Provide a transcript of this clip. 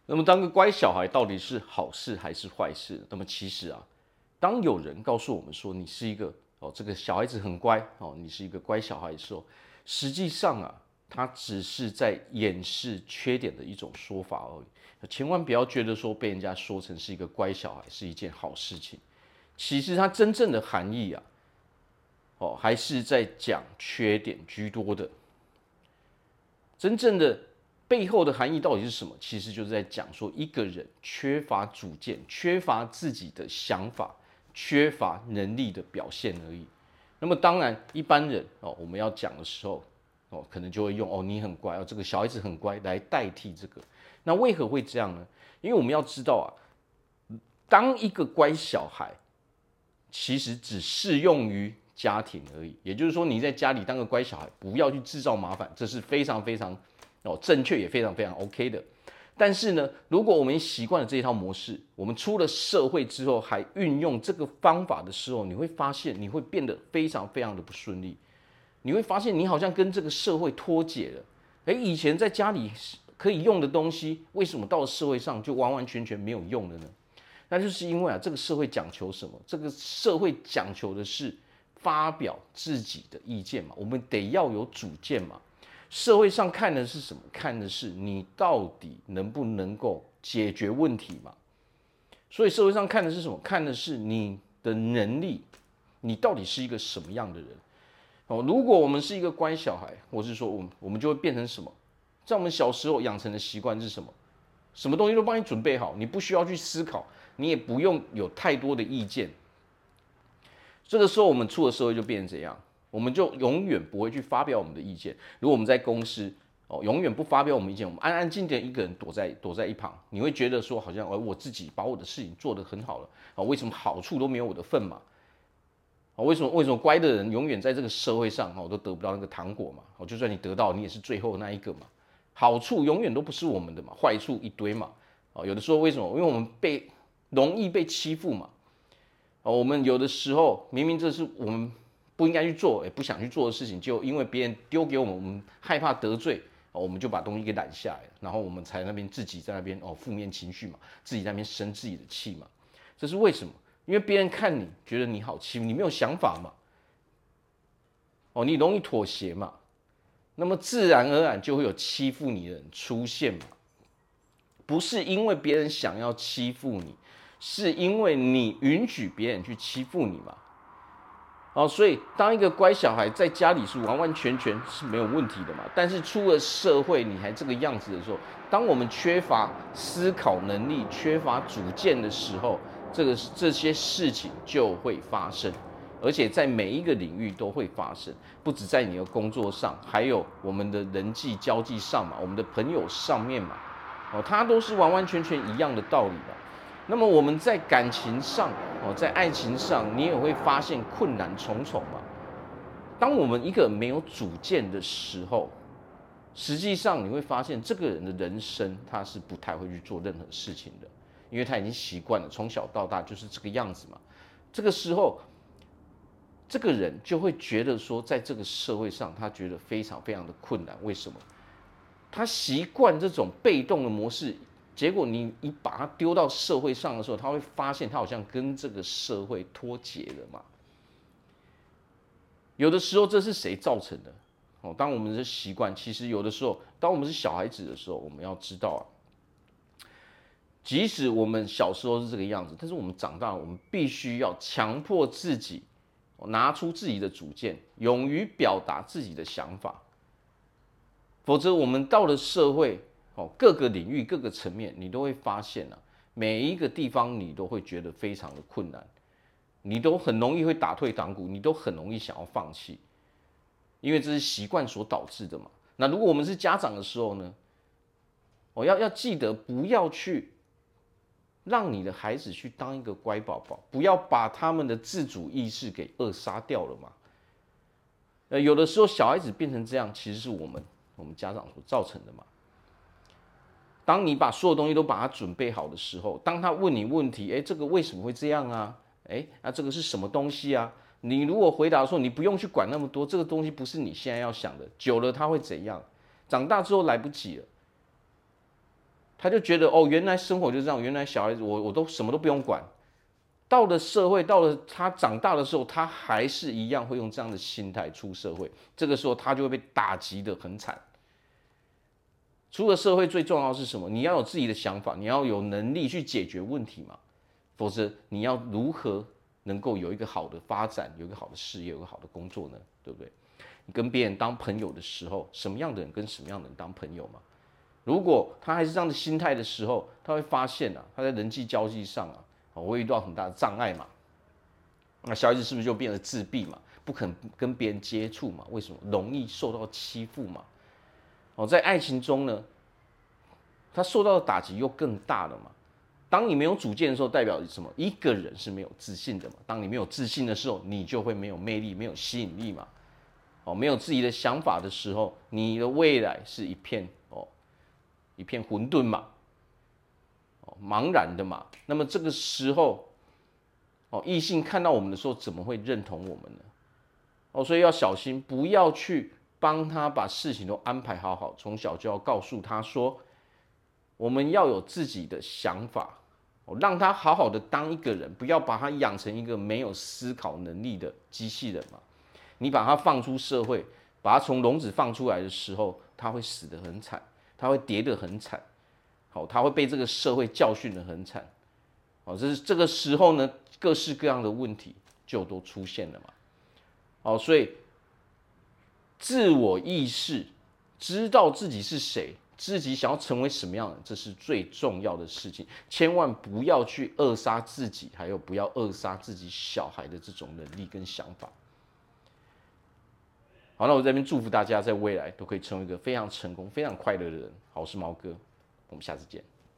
那么，当个乖小孩到底是好事还是坏事？那么，其实啊，当有人告诉我们说你是一个这个小孩子很乖你是一个乖小孩的时候，实际上啊，他只是在掩饰缺点的一种说法而已。千万不要觉得说被人家说成是一个乖小孩是一件好事情，其实它真正的含义啊，还是在讲缺点居多的。真正的背后的含义到底是什么？其实就是在讲说一个人缺乏主见，缺乏自己的想法，缺乏能力的表现而已。那么当然，一般人我们要讲的时候可能就会用你很乖这个小孩子很乖来代替这个。那为何会这样呢？因为我们要知道啊，当一个乖小孩，其实只适用于家庭而已。也就是说，你在家里当个乖小孩，不要去制造麻烦，这是非常非常正确也非常非常 OK 的。但是呢，如果我们习惯了这一套模式，我们出了社会之后还运用这个方法的时候，你会发现你会变得非常非常的不顺利。你会发现你好像跟这个社会脱节了。以前在家里可以用的东西，为什么到了社会上就完完全全没有用了呢？那就是因为这个社会讲求什么？这个社会讲求的是发表自己的意见嘛，我们得要有主见嘛。社会上看的是什么？看的是你到底能不能够解决问题嘛。所以社会上看的是什么？看的是你的能力，你到底是一个什么样的人。如果我们是一个乖小孩，或是说我们就会变成什么？在我们小时候养成的习惯是什么？什么东西都帮你准备好，你不需要去思考，你也不用有太多的意见。这个时候我们出了社会就变成怎样？我们就永远不会去发表我们的意见。如果我们在公司永远不发表我们意见，我们安安静静一个人躲在一旁，你会觉得说好像我自己把我的事情做得很好了为什么好处都没有我的份嘛？为什么乖的人永远在这个社会上都得不到那个糖果嘛？就算你得到，你也是最后那一个嘛。好处永远都不是我们的嘛，坏处一堆嘛。有的时候为什么？因为我们容易被欺负嘛。我们有的时候明明这是我们不应该去做，也不想去做的事情，就因为别人丢给我们，我们害怕得罪，我们就把东西给揽下来了，然后我们才那边自己在那边负面情绪嘛，自己在那边生自己的气嘛。这是为什么？因为别人看你觉得你好欺负，你没有想法嘛，你容易妥协嘛，那么自然而然就会有欺负你的人出现嘛。不是因为别人想要欺负你，是因为你允许别人去欺负你嘛。所以当一个乖小孩在家里是完完全全是没有问题的嘛，但是出了社会你还这个样子的时候，当我们缺乏思考能力、缺乏主见的时候，这些事情就会发生，而且在每一个领域都会发生，不止在你的工作上，还有我们的人际交际上嘛，我们的朋友上面嘛，它都是完完全全一样的道理吧。那么我们在感情上在爱情上，你也会发现困难重重嘛。当我们一个没有主见的时候，实际上你会发现这个人的人生他是不太会去做任何事情的，因为他已经习惯了从小到大就是这个样子嘛。这个时候，这个人就会觉得说，在这个社会上，他觉得非常非常的困难。为什么？他习惯这种被动的模式，结果你把他丢到社会上的时候，他会发现他好像跟这个社会脱节了嘛。有的时候这是谁造成的？当我们的习惯，其实有的时候，当我们是小孩子的时候，我们要知道即使我们小时候是这个样子，但是我们长大了，我们必须要强迫自己拿出自己的主见，勇于表达自己的想法。否则，我们到了社会，各个领域、各个层面，你都会发现每一个地方你都会觉得非常的困难，你都很容易会打退堂鼓，你都很容易想要放弃，因为这是习惯所导致的嘛。那如果我们是家长的时候呢，要记得不要去让你的孩子去当一个乖宝宝，不要把他们的自主意识给扼杀掉了嘛。有的时候小孩子变成这样，其实是我们家长所造成的嘛。当你把所有东西都把它准备好的时候，当他问你问题，这个为什么会这样啊？这个是什么东西啊？你如果回答说你不用去管那么多，这个东西不是你现在要想的，久了他会怎样？长大之后来不及了。 他就觉得哦，原来生活就这样，原来小孩子我都什么都不用管。到了社会，到了他长大的时候，他还是一样会用这样的心态出社会。这个时候，他就会被打击得很惨。出了社会，最重要的是什么？你要有自己的想法，你要有能力去解决问题嘛。否则，你要如何能够有一个好的发展，有一个好的事业，有一个好的工作呢？对不对？你跟别人当朋友的时候，什么样的人跟什么样的人当朋友嘛？如果他还是这样的心态的时候，他会发现啊，他在人际交际上啊，会遇到很大的障碍嘛。那小孩子是不是就变得自闭嘛？不肯跟别人接触嘛？为什么？容易受到欺负嘛？在爱情中呢，他受到的打击又更大了嘛。当你没有主见的时候，代表什么？一个人是没有自信的嘛。当你没有自信的时候，你就会没有魅力，没有吸引力嘛。没有自己的想法的时候，你的未来是一片混沌嘛，茫然的嘛。那么这个时候，异性看到我们的时候，怎么会认同我们呢？所以要小心，不要去帮他把事情都安排好好，从小就要告诉他说，我们要有自己的想法，让他好好的当一个人，不要把他养成一个没有思考能力的机器人嘛。你把他放出社会，把他从笼子放出来的时候，他会死得很惨，他会跌得很惨，他会被这个社会教训得很惨，这个时候呢，各式各样的问题就都出现了嘛。所以自我意识，知道自己是谁，自己想要成为什么样的人，这是最重要的事情。千万不要去扼杀自己，还有不要扼杀自己小孩的这种能力跟想法。好，那我这边祝福大家在未来都可以成为一个非常成功、非常快乐的人。好，我是毛哥，我们下次见。